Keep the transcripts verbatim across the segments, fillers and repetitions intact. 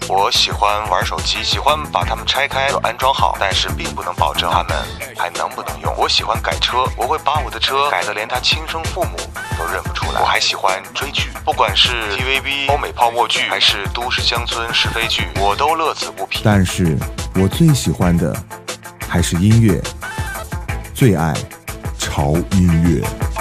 我喜欢玩手机，喜欢把它们拆开安装好，但是并不能保证它们还能不能用。我喜欢改车，我会把我的车改得连他亲生父母都认不出来。我还喜欢追剧，不管是 T V B 欧美泡沫剧还是都市乡村是非剧，我都乐此不疲。 但是我最喜欢的还是音乐，最爱潮音乐。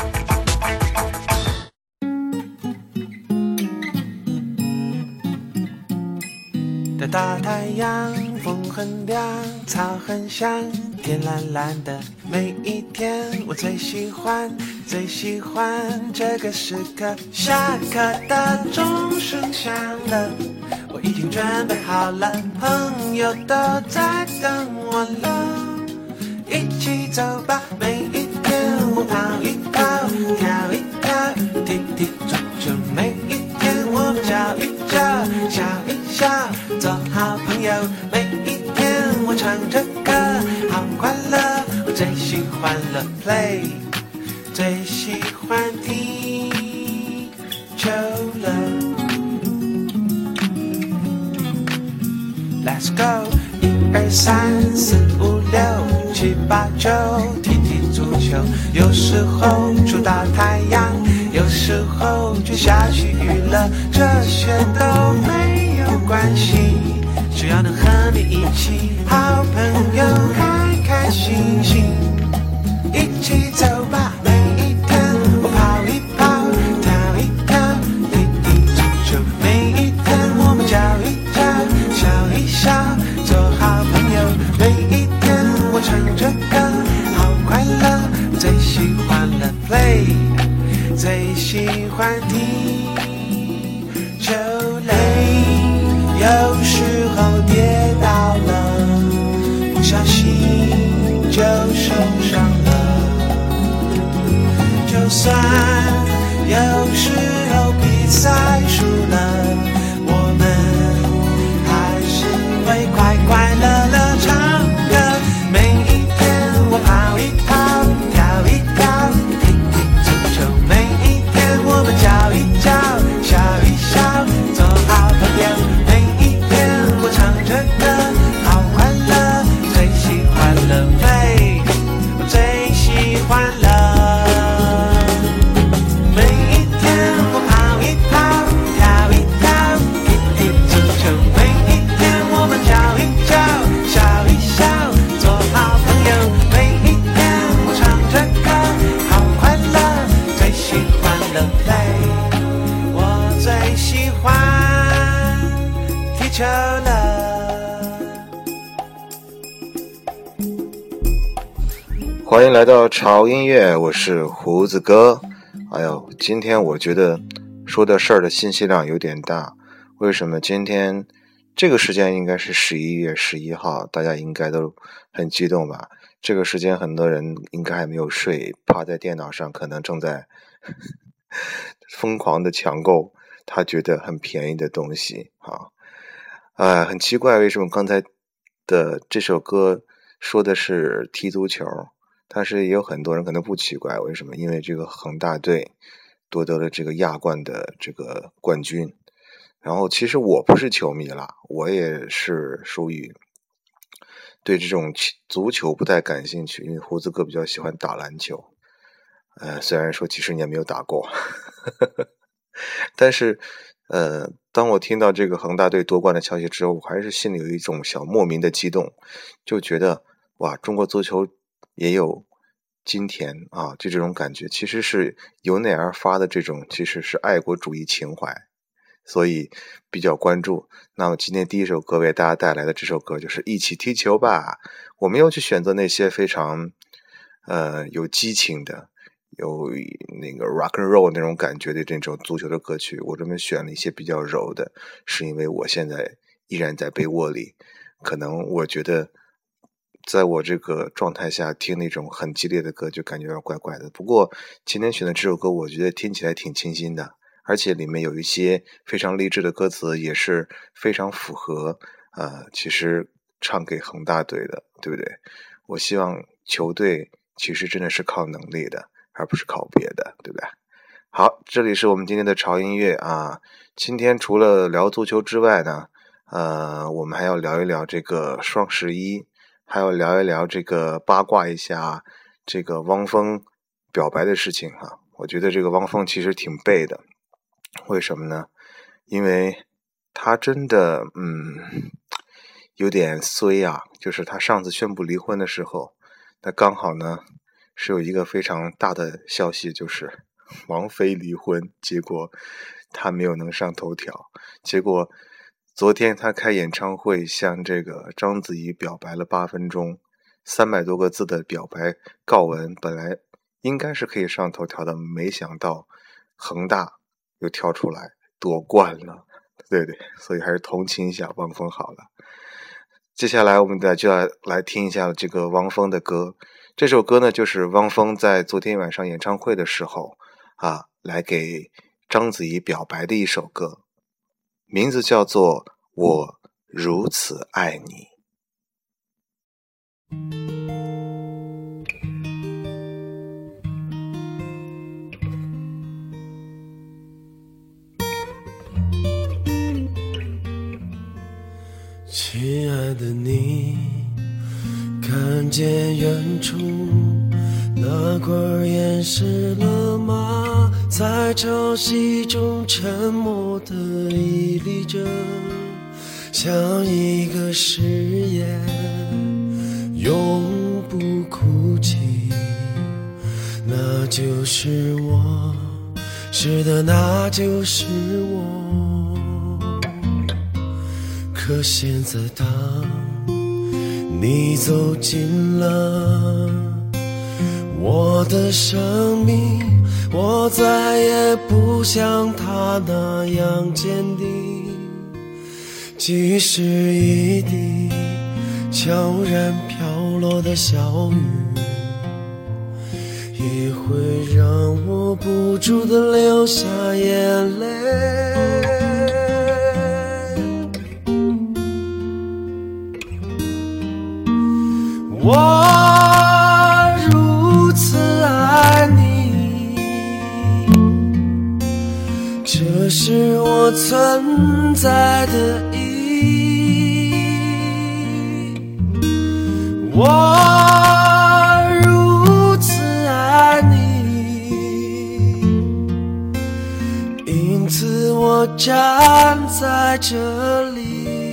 大太阳，风很凉，草很香，天蓝蓝的。每一天我最喜欢最喜欢这个时刻。下课的钟声响了，我已经准备好了，朋友都在等我了，一起走吧。每一天我跑一跑，跳一跳，踢踢足球。每一天我们笑一笑，笑一笑，做好朋友。每一天我唱着歌，好快乐。我最喜欢了 play， 最喜欢踢球了。 Let's go， 一二三四五六七八九，踢踢足球。有时候出大太阳，有时候就下起雨了，这些都没有关系，只要能和你一起，好朋友开开心心，一起走吧。每一天我跑一跑，跳一跳，踢踢足球。每一天我们叫一叫，笑一笑，做好朋友。每一天我唱着歌，好快乐。最喜欢了 play， 最喜欢踢球类。有时候跌倒了，不小心就受伤了。就算有时候比赛输了，我们还是会快快乐乐唱歌。每一天我跑一跑，跳一跳，踢踢足球。每一天我们叫一叫，笑一笑，做好朋友。每一天我唱着歌，好快乐。最喜欢了 play， 我最喜欢了。每一天我跑一跑，跳一跳，踢踢足球。每一天我们叫一叫，笑一笑，做好朋友。每一天我唱着歌，好快乐。最喜欢了 play， 我最喜欢踢球了。 欢迎来到潮音乐，我是胡子哥。哎呦，今天我觉得说的事儿的信息量有点大。为什么？今天这个时间应该是十一月十一号，大家应该都很激动吧？这个时间很多人应该还没有睡，趴在电脑上可能正在疯狂的抢购他觉得很便宜的东西啊。哎，很奇怪，为什么刚才的这首歌说的是踢足球？但是也有很多人可能不奇怪，为什么？因为这个恒大队夺得了这个亚冠的这个冠军。然后其实我不是球迷啦，我也是属于对这种足球不太感兴趣，因为胡子哥比较喜欢打篮球。呃，虽然说几十年没有打过，但是呃，当我听到这个恒大队夺冠的消息之后，我还是心里有一种小莫名的激动，就觉得哇，中国足球也有今天啊，就这种感觉，其实是由内而发的这种，其实是爱国主义情怀，所以比较关注。那么今天第一首歌为大家带来的这首歌就是一起踢球吧。我没有去选择那些非常呃有激情的，有那个 rock and roll 那种感觉的这种足球的歌曲，我这边选了一些比较柔的，是因为我现在依然在被窝里，可能我觉得在我这个状态下听那种很激烈的歌就感觉有点怪怪的。不过今天选的这首歌我觉得听起来挺清新的，而且里面有一些非常励志的歌词，也是非常符合呃，其实唱给恒大队的，对不对？我希望球队其实真的是靠能力的，而不是靠别的，对不对？好，这里是我们今天的潮音乐啊。今天除了聊足球之外呢， 呃，我们还要聊一聊这个双十一，还要聊一聊这个八卦一下这个汪峰表白的事情哈。我觉得这个汪峰其实挺背的，为什么呢？因为他真的嗯有点衰啊，就是他上次宣布离婚的时候，那刚好呢是有一个非常大的消息，就是王菲离婚，结果他没有能上头条。结果昨天他开演唱会向这个章子怡表白了八分钟，三百多个字的表白告文，本来应该是可以上头条的，没想到恒大又跳出来夺冠了，对对，所以还是同情一下汪峰好了。接下来我们就要来听一下这个汪峰的歌，这首歌呢就是汪峰在昨天晚上演唱会的时候啊，来给章子怡表白的一首歌，名字叫做《我如此爱你》。 亲爱的你，看见远处那块岩石了吗？在潮汐中沉默地屹立着，像一个誓言，永不哭泣。那就是我，是的，那就是我。可现在当你走进了我的生命，我再也不像他那样坚定，即使一滴悄然飘落的小雨，也会让我不住地流下眼泪。我如此爱你，这是我存在的意义。我如此爱你，因此我站在这里。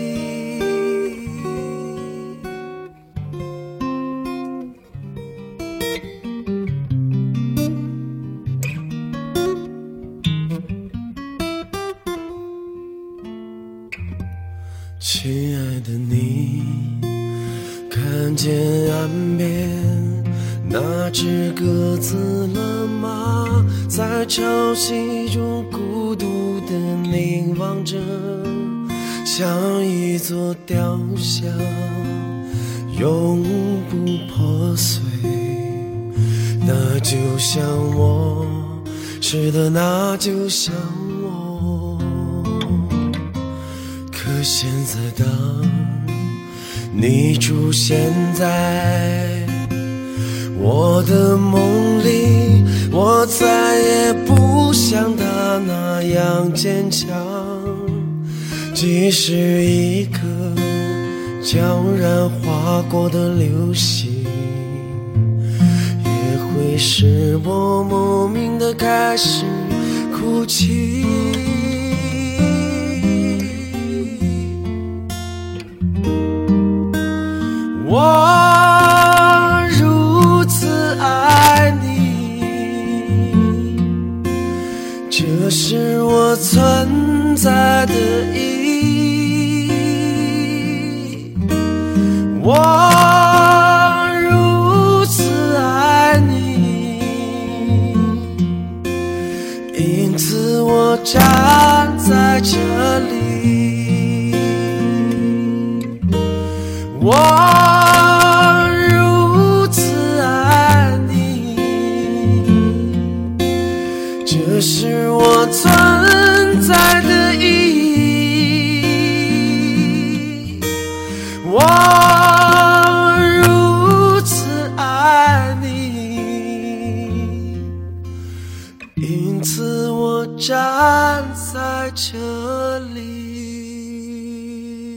亲爱的你，看见岸边那只鸽子了吗？在潮汐中孤独地凝望着，像一座雕像，永不破碎。那就像我，是的，那就像我。可现在当你出现在我的梦里，我再也不像他那样坚强，即使一颗悄然划过的流星，也会使我莫名地开始哭泣。我如此爱你，这是我存在的意义。我如此爱你，因此我站在这里。我这是我存在的意义。我如此爱你，因此我站在这里。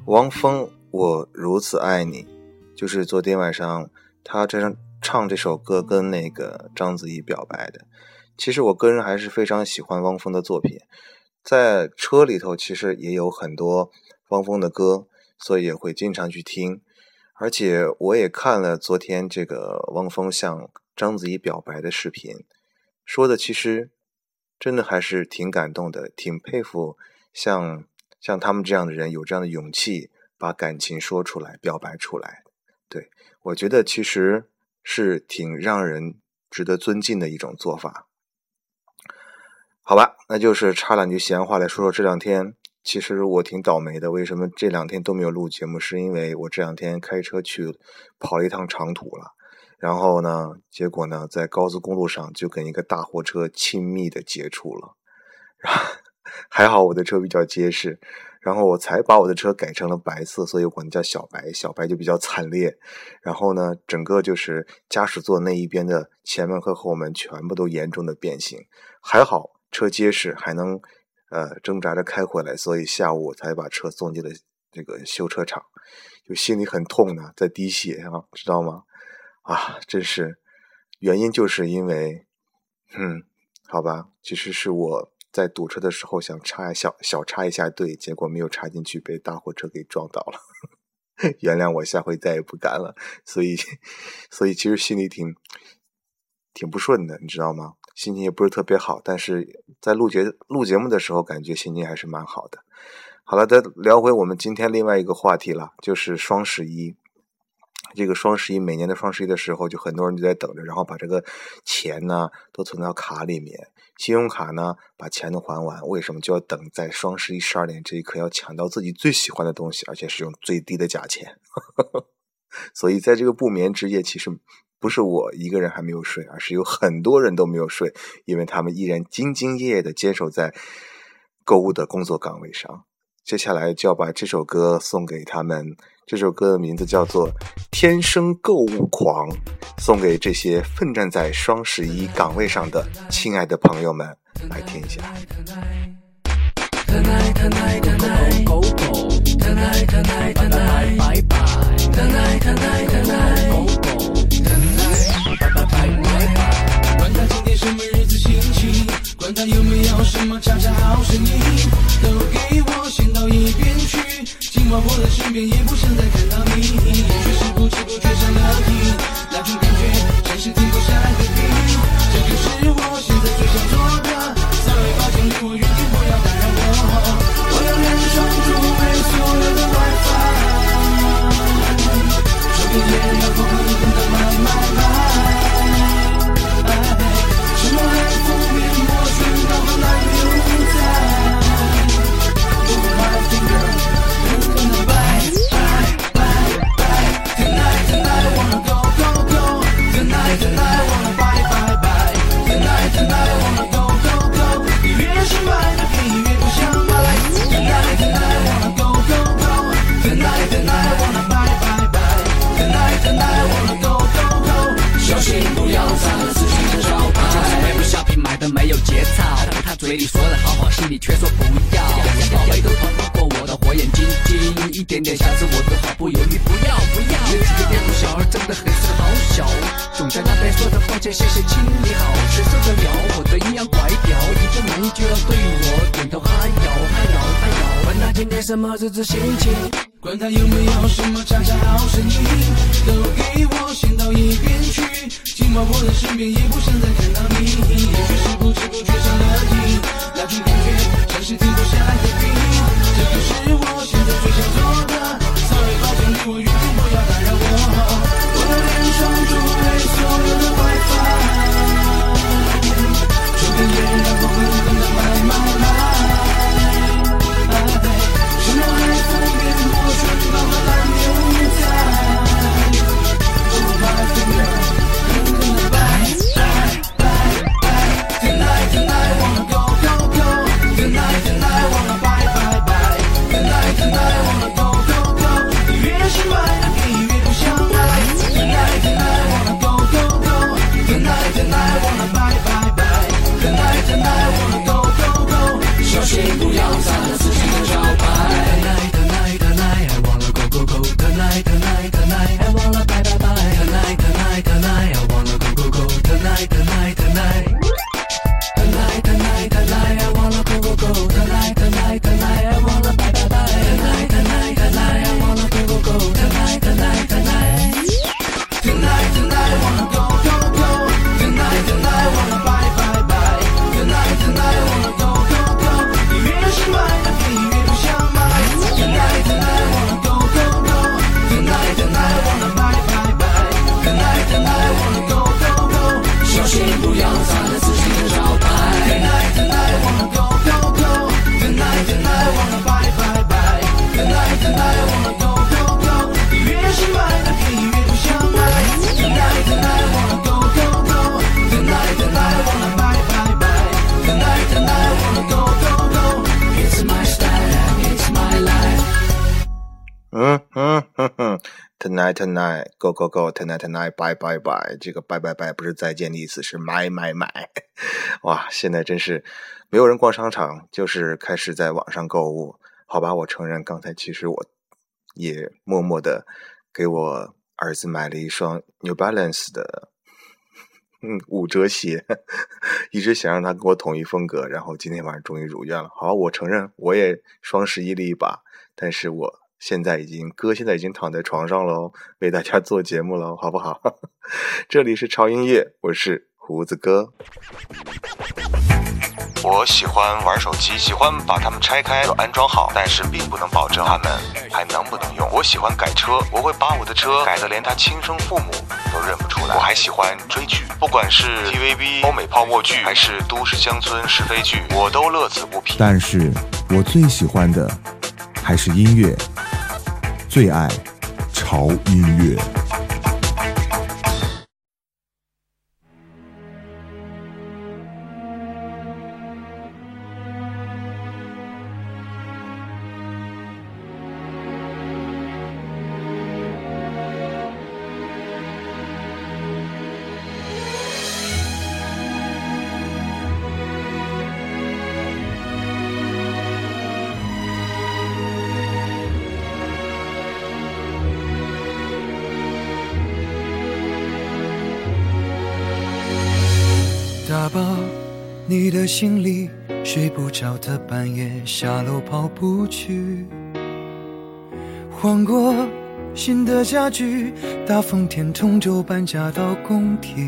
汪峰我如此爱你，就是昨天晚上他这唱这首歌跟那个章子怡表白的。其实我个人还是非常喜欢汪峰的作品，在车里头其实也有很多汪峰的歌，所以也会经常去听。而且我也看了昨天这个汪峰向章子怡表白的视频，说的其实真的还是挺感动的，挺佩服像像他们这样的人有这样的勇气把感情说出来表白出来。对，我觉得其实是挺让人值得尊敬的一种做法。好吧，那就是插两句闲话来说说这两天其实我挺倒霉的。为什么这两天都没有录节目，是因为我这两天开车去跑了一趟长途了，然后呢结果呢在高速公路上就跟一个大货车亲密的接触了，然后还好我的车比较结实，然后我才把我的车改成了白色，所以我管它叫小白，小白就比较惨烈。然后呢整个就是驾驶座那一边的前门和后门全部都严重的变形，还好车结实还能呃挣扎着开回来，所以下午我才把车送进了这个修车厂，就心里很痛呢，在滴血啊，知道吗？啊，真是原因就是因为嗯好吧，其实是我在堵车的时候想插一小小插一下队，结果没有插进去，被大货车给撞倒了原谅我，下回再也不敢了。所以所以其实心里挺挺不顺的，你知道吗？心情也不是特别好，但是在录节录节目的时候感觉心情还是蛮好的。好了，再聊回我们今天另外一个话题了，就是双十一。这个双十一每年的双十一的时候就很多人就在等着，然后把这个钱呢都存到卡里面，信用卡呢把钱都还完，为什么就要等在双十一十二点这一刻要抢到自己最喜欢的东西，而且是用最低的价钱所以在这个不眠之夜，其实不是我一个人还没有睡，而是有很多人都没有睡，因为他们依然兢兢业业地坚守在购物的工作岗位上。接下来就要把这首歌送给他们，这首歌的名字叫做《天生购物狂》，送给这些奋战在双十一岗位上的亲爱的朋友们，来听一下。 管他今天什么日子星期，管他有没有什么恰恰好声音，都给我先到一边去，今晚我的身边也不想再看到你，也许是不知不觉上了瘾，那种感觉真是停不下来的病，这就是我现在最想做的。 Sorry 抱歉离我远点，不要打扰我，我要连上周围所有的 WiFi， 手边也要疯狂地等到买买买，什么海风面膜全都和蓝牛仔，不还 finger bye bye bye bye tonight tonight wanna go go go tonight tonight wanna bye bye bye tonight tonight wanna go go go 你越是买的便宜越不想买 tonight tonight wanna go go go tonight tonight wanna bye bye bye tonight tonight wanna go go go 小心不要砸了自己的招牌，就是微博 shopping 买的没有节操，他嘴里说的好好，心里却说不要，宝贝都逃不过我的火眼金睛，一点点瑕疵我都毫不犹豫不要不要。这几个电路小儿真的很是好小，总在那边说的抱歉谢谢清理好，谁受得了我的阴阳怪调，一不满意就要对我点头哈摇哈摇哈摇，管他今天什么日子心情，管他有没有什么恰恰好声音，都给我先到一边去，今晚我的身边也不想再看到你，也许是不知不觉上了瘾，那种感觉像是停不下来的病，这就是我现在最想做的。Sorry 抱歉离我远点，不要打扰我，我要连上周围所有的 WiFi， 手边也让我会等到买买买，什么海风面膜全包和蓝牛仔，不还 finger bye bye bye bye tonight tonight wanna go go go tonight tonight wanna bye bye bye tonight tonight wanna go go go 你越是买的便宜越不想买 tonight tonight wanna go go go tonight tonight wanna bye bye bye tonight tonight wanna go go go 小心不要砸了自己的招牌 tonight tonight tonight I tonight tonight go go go tonight tonight bye bye bye， 这个 bye bye bye 不是再见的意思，是买买买。哇，现在真是没有人逛商场，就是开始在网上购物。好吧，我承认刚才其实我也默默的给我儿子买了一双 New Balance 的嗯五折鞋，一直想让他跟我统一风格，然后今天晚上终于如愿了。好，我承认我也双十一了一把，但是我现在已经哥现在已经躺在床上了，为大家做节目了，好不好？这里是潮音乐，我是胡子哥。我喜欢玩手机，喜欢把它们拆开安装好，但是并不能保证它们还能不能用。我喜欢改车，我会把我的车改得连他亲生父母都认不出来。我还喜欢追剧，不管是 T V B 欧美泡沫剧还是都市乡村是非剧，我都乐此不疲。 但是我最喜欢的还是音乐，最爱潮音乐。 打包你的行李，睡不着的半夜下楼跑步去，换过新的家具，大风天通州搬家到工体，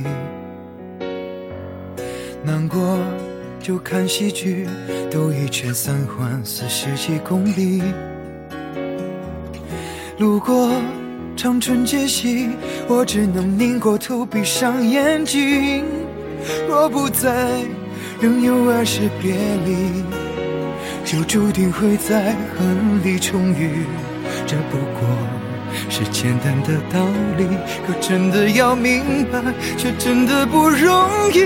难过就看戏剧，兜一圈三环四十几公里，路过长春街西，我只能拧过头闭上眼睛。若不在，仍有爱是别离，就注定会在恨里重遇。这不过是简单的道理，可真的要明白，却真的不容易。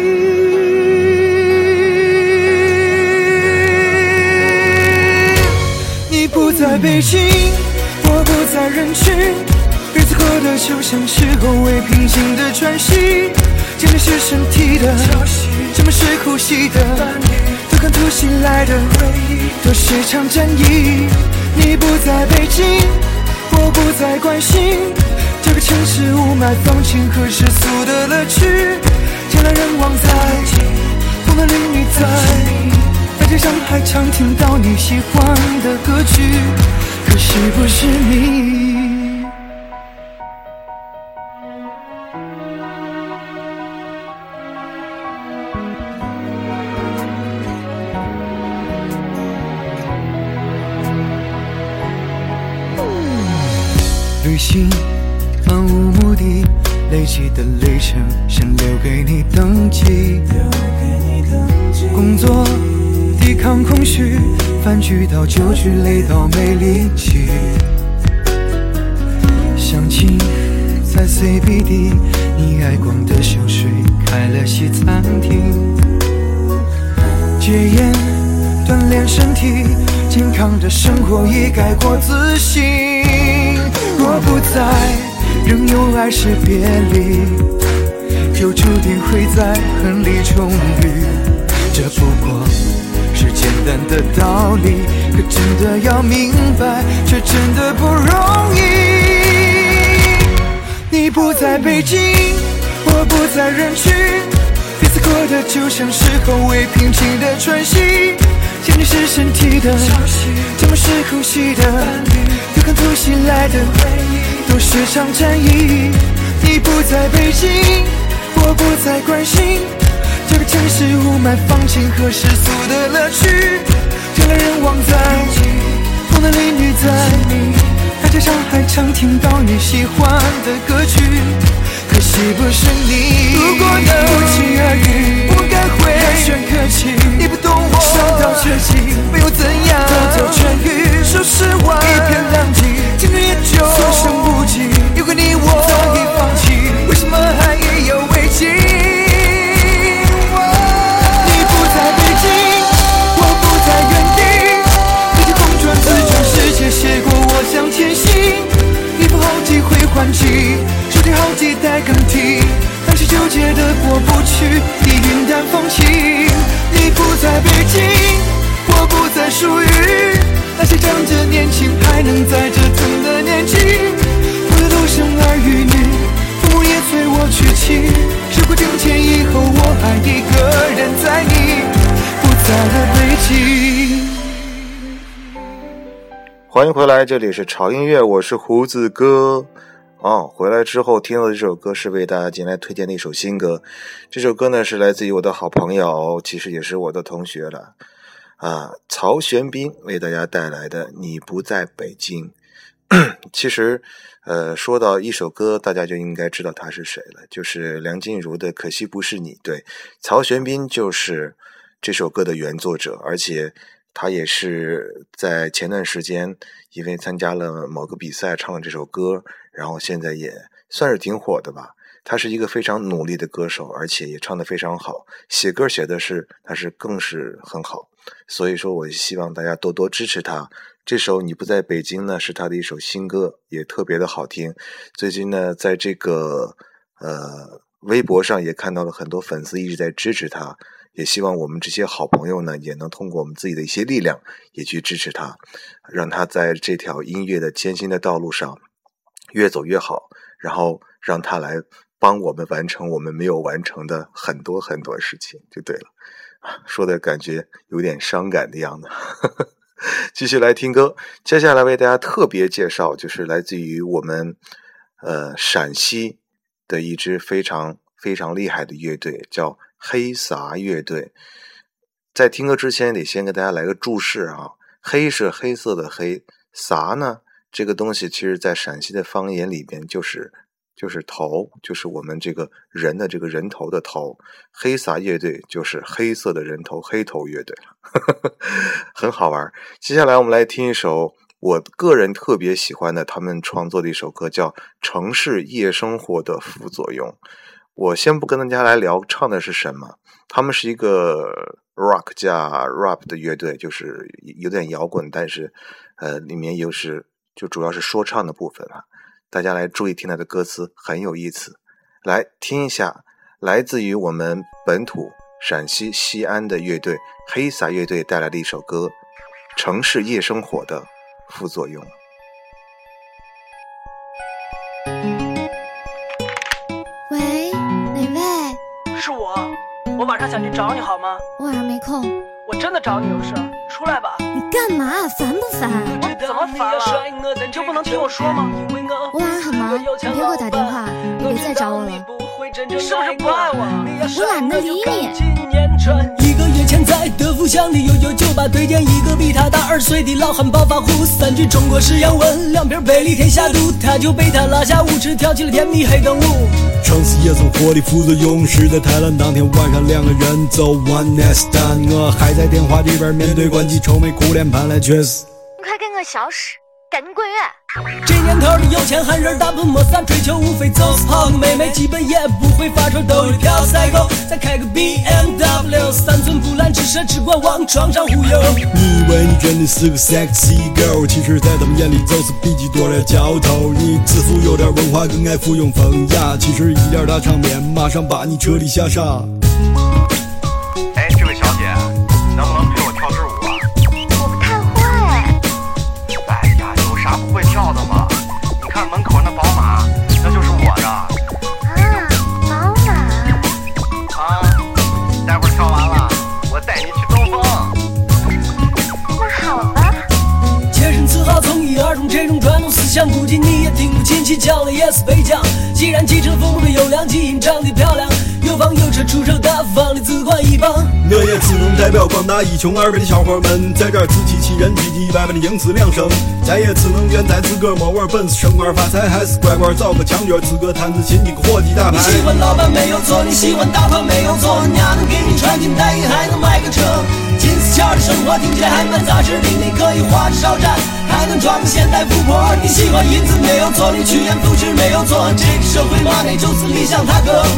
你不在北京，我不在人群，日子过得就像是后未平静的喘息。见的是身体的，什么是呼吸的，都看突袭来的回忆，都是场战役。你不在北京，我不再关心这个城市雾霾、放晴和世俗的乐趣。人来人往在，风的淋漓在，在街上还常听到你喜欢的歌曲，可是不是你？旅行漫无目的，累积的累程先留给你登记。工作抵抗空虚，饭局到酒局累到没力气。相亲在 C B D， 你爱逛的秀水开了西餐厅。戒烟锻炼身体，健康的生活已改过自新。若不在，仍有爱是别离，就注定会在恨里重遇。这不过是简单的道理，可真的要明白，却真的不容易。你不在北京，我不在人群，彼此过得就像是后未平静的喘息。见你是身体的，怎么是呼吸的，对抗突袭来的都是场战役。你不在北京，我不再关心这个城市雾霾、放晴和世俗的乐趣。人来人往在，风的淋漓在，大街上还常听到你喜欢的歌曲，可惜不是你。如果能不期而遇，我该会寒暄客气。你不懂我，伤到绝迹，没有怎样，得到痊愈，说实话一片狼藉，情缘也就所剩无几。有个你我早已放弃，为什么还意犹未尽？你不在北京，我不在原地，逆着风转自转世界，写过我想前行。一步后机会换在北京，我不再属于那些长着年轻还能在折腾的年纪。我的独生儿育女，父母也催我娶妻。时过境迁以后，我还一个人在你不在的北京。 欢迎回来，这里是潮音乐，我是胡子哥。哦，回来之后听到的这首歌是为大家今天推荐的一首新歌。这首歌呢是来自于我的好朋友，其实也是我的同学了啊，曹玄彬为大家带来的《你不在北京》。其实呃，说到一首歌，大家就应该知道他是谁了，就是梁静茹的《可惜不是你》。对，曹玄彬就是这首歌的原作者，而且他也是在前段时间因为参加了某个比赛唱了这首歌，然后现在也算是挺火的吧。他是一个非常努力的歌手，而且也唱得非常好，写歌写的是他是更是很好，所以说我希望大家多多支持他。这首你不在北京呢是他的一首新歌，也特别的好听。最近呢在这个呃微博上也看到了很多粉丝一直在支持他，也希望我们这些好朋友呢也能通过我们自己的一些力量也去支持他，让他在这条音乐的艰辛的道路上越走越好，然后让他来帮我们完成我们没有完成的很多很多事情就对了。说的感觉有点伤感的样子。继续来听歌，接下来为大家特别介绍就是来自于我们呃陕西的一支非常非常厉害的乐队，叫黑撒乐队。在听歌之前得先给大家来个注释啊，黑是黑色的黑，撒呢这个东西其实在陕西的方言里边就是就是头，就是我们这个人的这个人头的头。黑撒乐队就是黑色的人头，黑头乐队很好玩。接下来我们来听一首我个人特别喜欢的他们创作的一首歌，叫《城市夜生活的副作用》。我先不跟大家来聊唱的是什么，他们是一个 rock 加 rap 的乐队，就是有点摇滚，但是呃里面又是就主要是说唱的部分啊。大家来注意听他的歌词，很有意思。来听一下来自于我们本土陕西西安的乐队黑撒乐队带来的一首歌，城市夜生活的副作用。 喂，哪位？ 是我，我晚上想去找你好吗？ 我晚上没空。 我真的找你有事，出来吧。 你干嘛？烦不烦？ 我怎么烦了？你就不能听我说吗？ 我晚上很忙，你别给我打电话，你别再找我了。 你是不是不爱我？ 我懒得理你。 一个月前在德福乡的悠悠酒吧推荐一个比他大二岁的老汉暴发户，三句中国式洋文，两瓶贝利天下肚，他就被他拉下舞池跳起了甜蜜黑灯舞。 城市夜生活的副作用是在台湾当天晚上两个人走 one night stand， 我还在电话里边面对关机愁眉苦脸盼来却死。 你快跟个小屎，赶紧滚远！ 这年头的有钱汉人大喷摩擦，追求无非就是泡个妹妹，基本也不会发愁兜里飘赛狗，再开个 B M W， 三寸不烂之舌只管往床上忽悠。 你以为你真的是个 sexy girl， 其实在他们眼里就是比基多的教头。你自负有点文化更爱附庸风雅，其实一点大场面马上把你彻底吓傻。 哎，这位小姐，能不能陪我跳支舞啊？ 我不太会。 哎呀，有啥不会跳的吗？你看门口那宝马，那就是我的。 啊，宝马。 啊，待会儿跳完了，我带你去兜风。 那好吧。 切身自豪从一而终这种传统思想，估计你也听不进去，教了也是被讲。既然继承父母的优良基因，长得漂亮，有房有车，出手大方的自管一帮。 我也只能代表广大一穷二白的小伙们，在这儿自欺欺人、唧唧歪歪的营词两声。再也只能愿在自个儿摸玩本事，升官发财，还是乖乖找个墙角，自个摊子亲戚伙计打牌。 你喜欢老板没有错，你喜欢大胖没有错，娘能给你穿金戴银，还能买个车。金丝桥的生活听起来还蛮扎实的，你可以花枝招展，还能装个现代富婆。你喜欢银子没有错，你趋炎附势没有错，这个社会嘛，那就是理想他哥。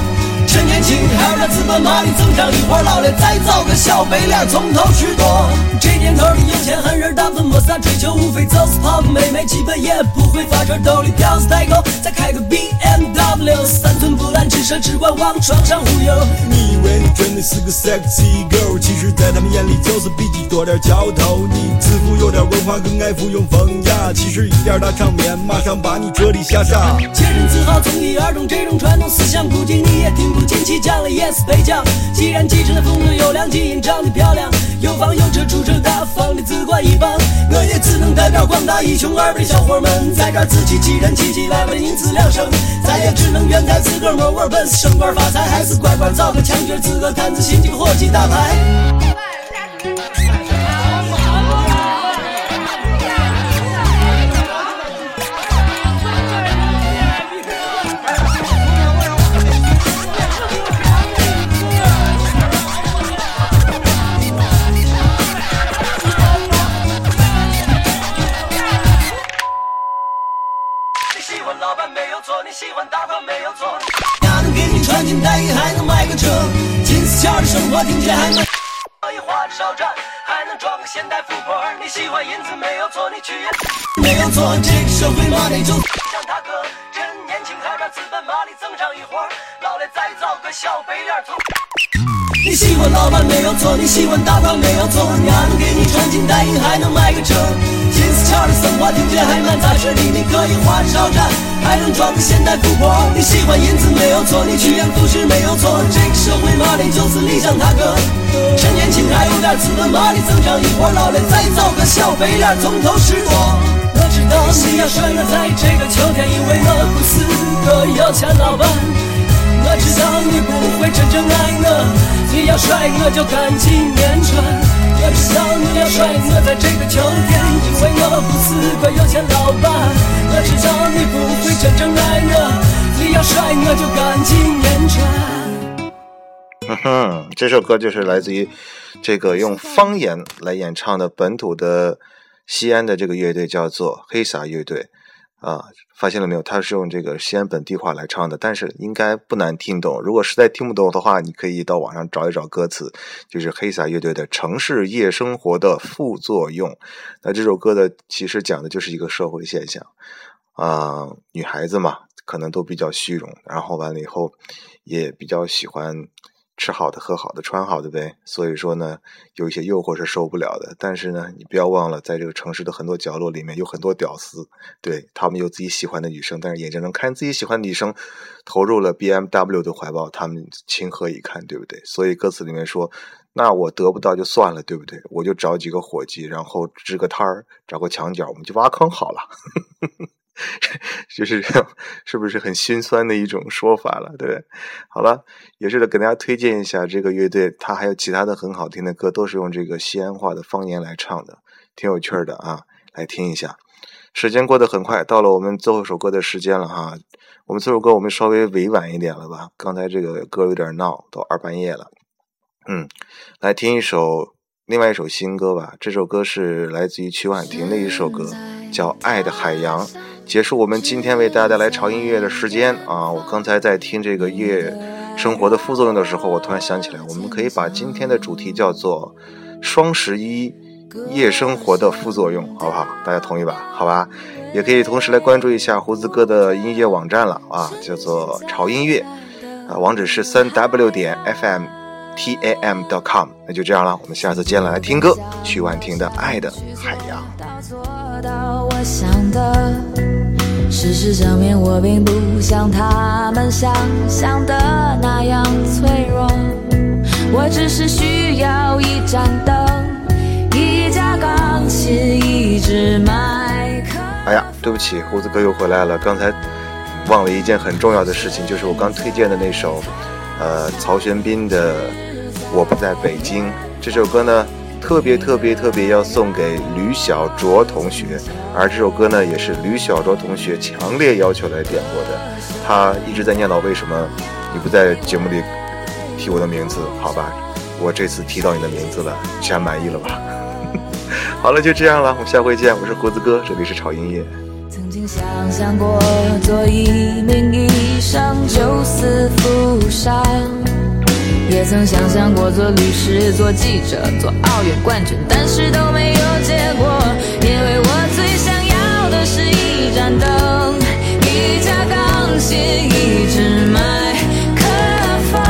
趁年轻还有点资本，马力增长，一会儿老了再造个小肥脸，从头吃多。这年头的有钱狠人大部分摩擦追求，无非走私泡泡妹妹，基本也不会发车，兜里票子代购，再开个 B M W， 三寸不烂之舌，只管往床上忽悠。 你以为你真的是个 sexy girl， 其实在他们眼里就是比鸡多点嚼头。你自负有点文化，更爱附庸风雅，其实一点大场面马上把你彻底吓傻。 前人自豪从一而终，这种传统思想估计你也听不进去，讲了也是白讲。既然继承了风度优良，基因长得漂亮，有房有车出车大方的自管一帮，我也只能代表广大一穷二白的小伙们，在这儿自欺欺人，唧唧歪歪的因此两声，咱也只能怨在自个儿摸玩本事，升官发财还是乖乖找个强角，自个摊子心几个伙计打牌。 喜欢大方没有错，家能给你穿金戴银，还能买个车，金丝桥的生活听起来还能可以花着少赚，还能装个现代富婆。你喜欢银子没有错，你去也没有错，这个社会嘛，你就像他哥，趁年轻还点资本，马力增长一会儿，老了再造个小肥脸从。你喜欢老板没有错，你喜欢大方没有错，娘能给你穿金戴银，还能买个车，金丝桥的生活听起来还蛮扎实的，你可以花着少赚，还能装个现代富婆。你喜欢银子没有错，你趋炎附势没有错，这个社会嘛，你就是理想他哥，趁年轻还有点资本，马力增长一会儿，老了再造个小肥脸，从头吃多。我知道你要选择在这个秋天，因为我不是个有钱老板，我知道你不会真正爱我，你要帅我就赶紧言传。我知道你要帅我在这个秋天，因为我不是个有钱老板。我知道你不会真正爱我，你要帅我就赶紧言传。 嗯哼，这首歌就是来自于这个用方言来演唱的本土的西安的这个乐队，叫做黑撒乐队啊。发现了没有？他是用这个西安本地话来唱的，但是应该不难听懂。如果实在听不懂的话，你可以到网上找一找歌词，就是黑撒乐队的《城市夜生活的副作用》。那这首歌的其实讲的就是一个社会现象啊、呃，女孩子嘛，可能都比较虚荣，然后完了以后也比较喜欢吃好的喝好的穿好的呗，所以说呢有一些诱惑是受不了的。但是呢你不要忘了，在这个城市的很多角落里面有很多屌丝，对，他们有自己喜欢的女生，但是眼睁睁看自己喜欢的女生投入了 B M W 的怀抱，他们情何以堪，对不对？所以歌词里面说，那我得不到就算了，对不对？我就找几个伙计，然后支个摊儿，找个墙角，我们就挖坑好了。就是这样，是不是很心酸的一种说法了，对不对？好了，也是给大家推荐一下这个乐队，它还有其他的很好听的歌，都是用这个西安话的方言来唱的，挺有趣的啊，来听一下。时间过得很快，到了我们最后一首歌的时间了哈。我们这首歌我们稍微委婉一点了吧，刚才这个歌有点闹，都二半夜了。嗯，来听一首另外一首新歌吧。这首歌是来自于曲婉婷的一首歌，叫《爱的海洋》。结束我们今天为大家带来潮音乐的时间啊！我刚才在听这个夜生活的副作用的时候，我突然想起来，我们可以把今天的主题叫做双十一夜生活的副作用，好不好？大家同意吧？好吧，也可以同时来关注一下胡子哥的音乐网站了啊，叫做潮音乐啊，网址是三 w 点 f m t a m 点 com。那就这样了，我们下次见了，来听歌，曲婉婷的《爱的海洋》。 做到我想的，事实证明我并不像他们想象的那样脆弱，我只是需要一盏灯，一架钢琴，一支麦克。 哎呀，对不起，胡子哥又回来了，刚才忘了一件很重要的事情，就是我刚推荐的那首呃曹轩宾的《我不在北京》。这首歌呢特别特别特别要送给吕小卓同学，而这首歌呢也是吕小卓同学强烈要求来点播的。他一直在念叨为什么你不在节目里提我的名字，好吧，我这次提到你的名字了，这样满意了吧？好了，就这样了，我们下回见。我是胡子哥，这里是潮音乐。 曾经想象过做一名医生救死扶伤，也曾想象过做律师做记者做奥运冠军，但是都没有结果，因为我最想要的是一盏灯，一架钢琴，一支麦克风。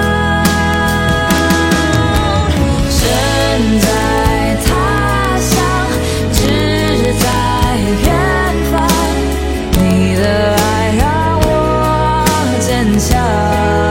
身在他乡，志在远方，你的爱让我坚强。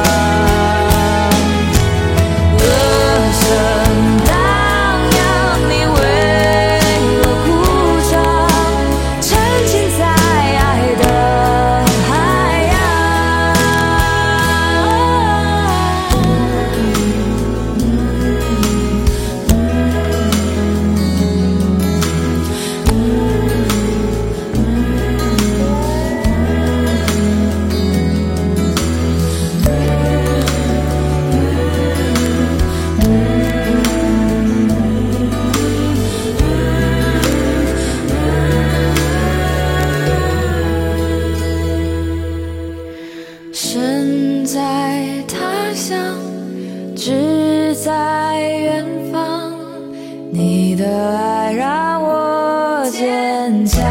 身在他乡，志在远方，你的爱让我坚强。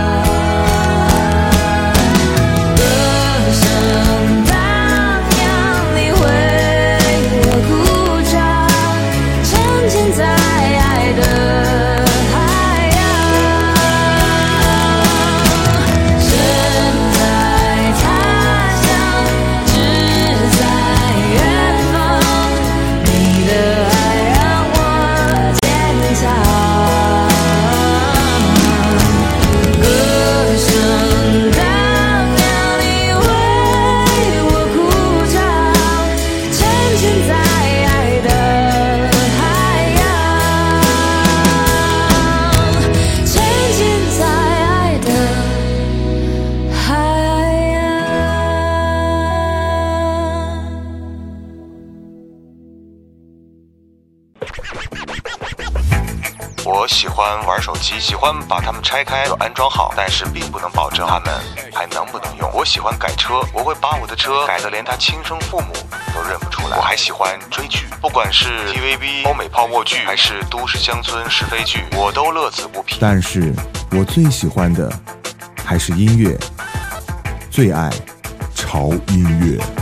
歌声荡漾，你为我鼓掌，沉浸在爱的海洋。身在他乡，志在远方，你的爱让我坚强。歌声荡漾，你为我鼓掌，沉浸在爱的海洋，沉浸在爱的海洋。 我喜欢玩手机，喜欢把它们拆开又安装好，但是并不能保证它们还能不能用。我喜欢改车，我会把我的车改得连他亲生父母都认不出来。我还喜欢追剧，不管是 T V B 欧美泡沫剧还是都市乡村是非剧，我都乐此不疲。 但是我最喜欢的还是音乐，最爱潮音乐。